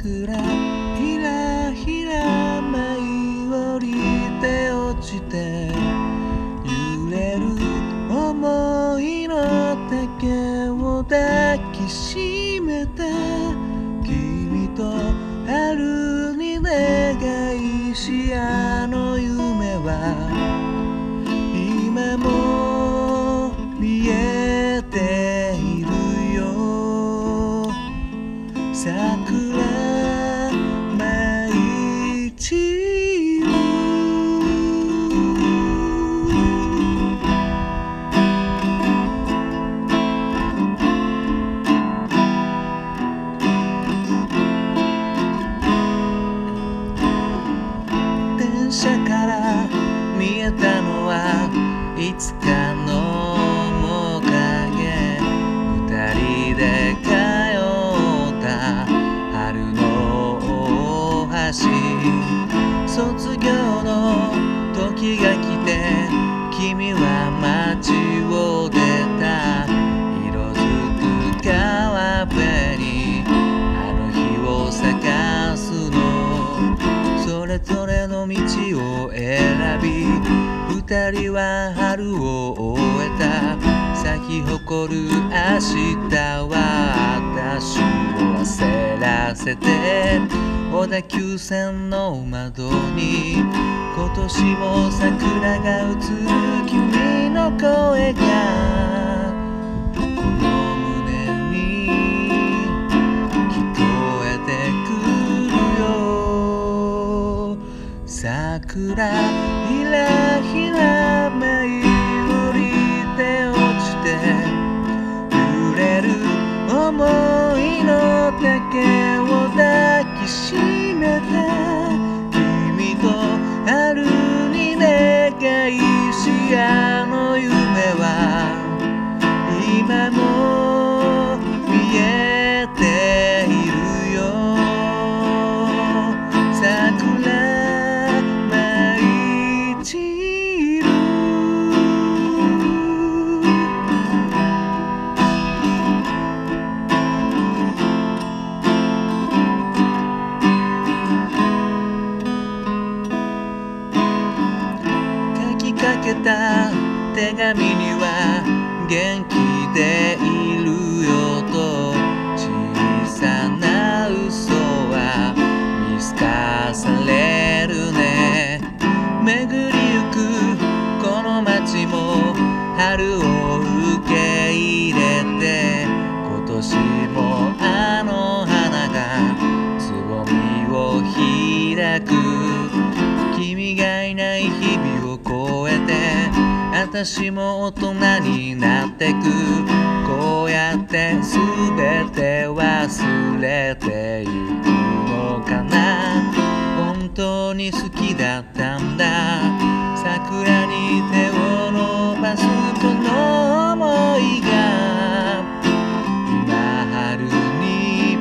桜ひらひら舞い降りて落ちて揺れる想いの竹を抱きしめて君と春に願いしあの夢は今も見えているよ桜舞い散る電車から見えたのはいつかの面影二人で通った春の大橋卒業の時が来て君は街を出た色づく川辺にあの日を探すのそれぞれの道を選び二人は春を終えた咲き誇る明日は私を焦らせて小田急線の窓に今年も桜が映る君の声がこの胸に聞こえてくるよ桜ひらひら舞い降りて落ちて揺れる想いの竹を抱きしめて君と春に願いしあの夢は今も見えているよ桜舞い散る書きかけた手紙には元気でいるよと小さな嘘は見透かされるね巡りゆくこの街も春を受け入れて今年もあの花がつぼみを開く君がいない日々を越えて私も大人になってくこうやって全て忘れていくのかな本当に好きだったんだ桜に手を伸ばすこの想いが今春に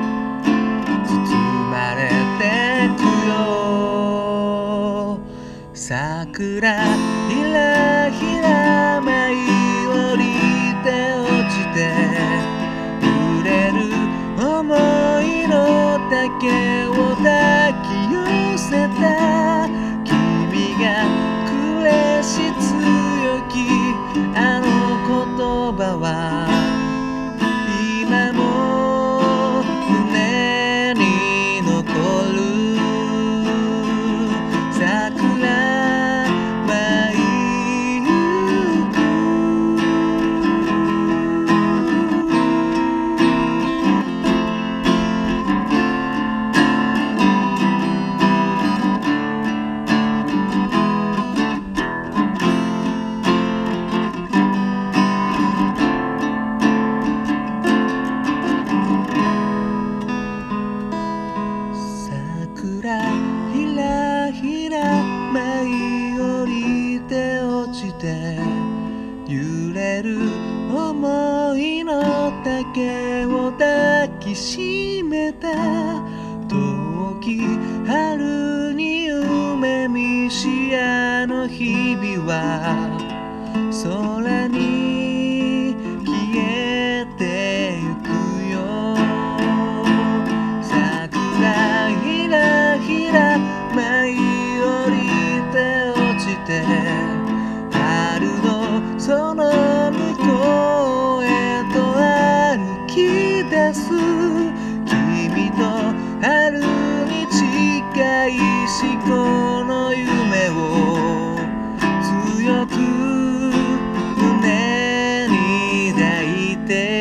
包まれてくよ桜ひらひら舞い降りて落ちて揺れる想いの竹を抱き寄せた君が暮し強きあの言葉は今も胸に残る桜舞いゆく桜ひらひら舞い降りて落ちて揺れる想いの竹を抱きしめた遠き春に夢見しあの日々は空に消えてゆくよ桜その向こうへと歩き出す君と春に近いしこの夢を強く胸に抱い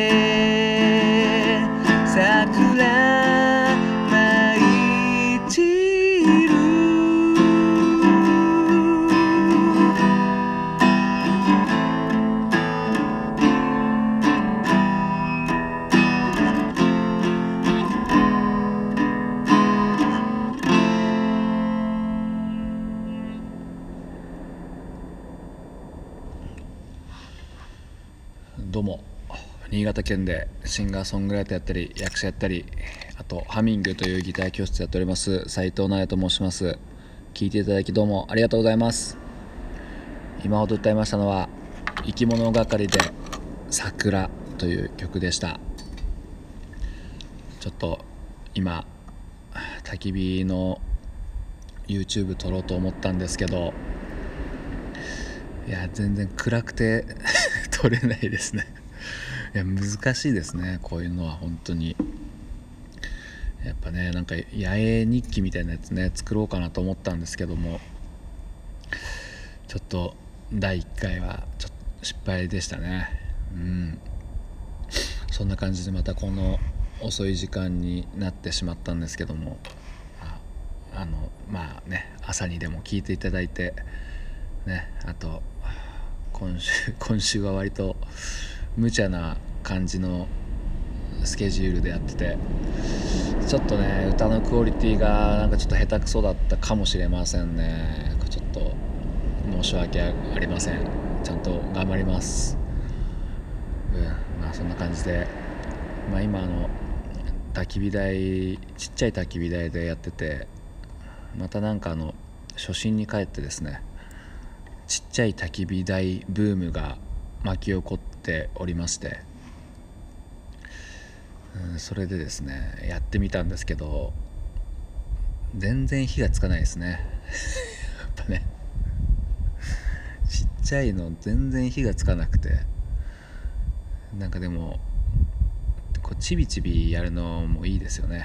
て桜舞い散るどうも、新潟県でシンガーソングライターやったり役者やったり、あとハミングというギター教室やっております斉藤直也と申します。聴いていただきどうもありがとうございます。今ほど歌いましたのは生き物がかりで桜という曲でした。ちょっと今焚き火の YouTube 撮ろうと思ったんですけど、いや全然暗くて撮れないですね。いや難しいですね、こういうのは本当に。やっぱね、なんか野営日記みたいなやつね作ろうかなと思ったんですけども、ちょっと第1回はちょっと失敗でしたね。そんな感じでまたこの遅い時間になってしまったんですけども、まあね、朝にでも聞いていただいてね、あと今週は割と無茶な感じのスケジュールでやってて、ちょっとね歌のクオリティがなんかちょっと下手くそだったかもしれませんね。ちょっと申し訳ありません。ちゃんと頑張ります。そんな感じで、今焚き火台、ちっちゃい焚き火台でやってて、またなんか初心に帰ってですね、ちっちゃい焚き火台ブームが巻き起こっておりまして、それでですねやってみたんですけど、全然火がつかないですねやっぱね、ちっちゃいの全然火がつかなくて、なんかでもこうチビチビやるのもいいですよね。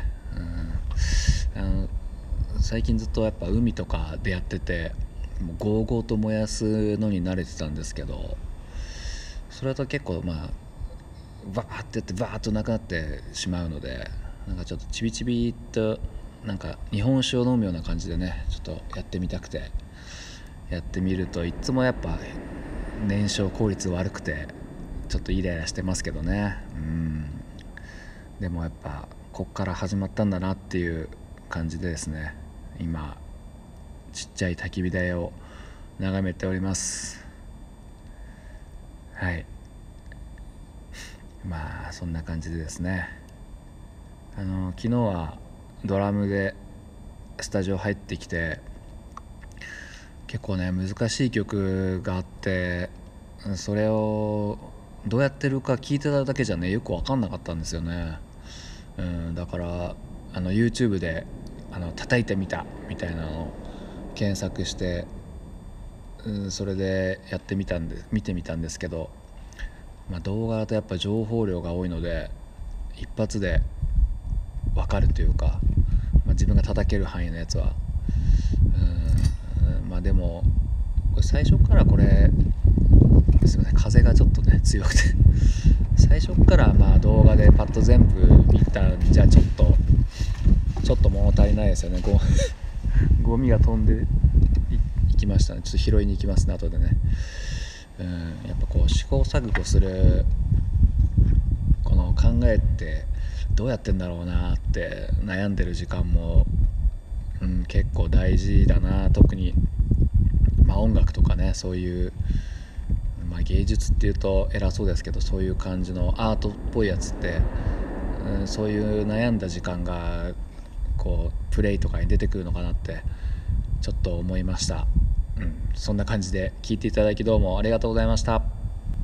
最近ずっとやっぱ海とかでやってて、もうゴーゴーと燃やすのに慣れてたんですけど、それだと結構バーってやってバーッとなくなってしまうので、なんかちょっとチビチビとなんか日本酒を飲むような感じでね、ちょっとやってみたくてやってみると、いつもやっぱ燃焼効率悪くてちょっとイライラしてますけどね。でもやっぱこっから始まったんだなっていう感じでですね、今ちっちゃい焚き火台を眺めております。はい、そんな感じでですね、昨日はドラムでスタジオ入ってきて、結構ね難しい曲があって、それをどうやってるか聞いてただけじゃねよく分かんなかったんですよね。だからYouTube で叩いてみたみたいなのを検索して、それで見てみたんですけど、動画だとやっぱ情報量が多いので一発で分かるというか、自分が叩ける範囲のやつはでもこれ最初からこれすみません、風がちょっとね強くて最初から動画でパッと全部見たんじゃちょっと物足りないですよね。ゴミが飛んでいきましたね。ちょっと拾いに行きますね後でね。やっぱこう試行錯誤する、この考えてどうやってんだろうなって悩んでる時間も、結構大事だな。特に音楽とかね、そういう、芸術っていうと偉そうですけど、そういう感じのアートっぽいやつって、そういう悩んだ時間がこうプレイとかに出てくるのかなってちょっと思いました。そんな感じで聞いていただきどうもありがとうございました。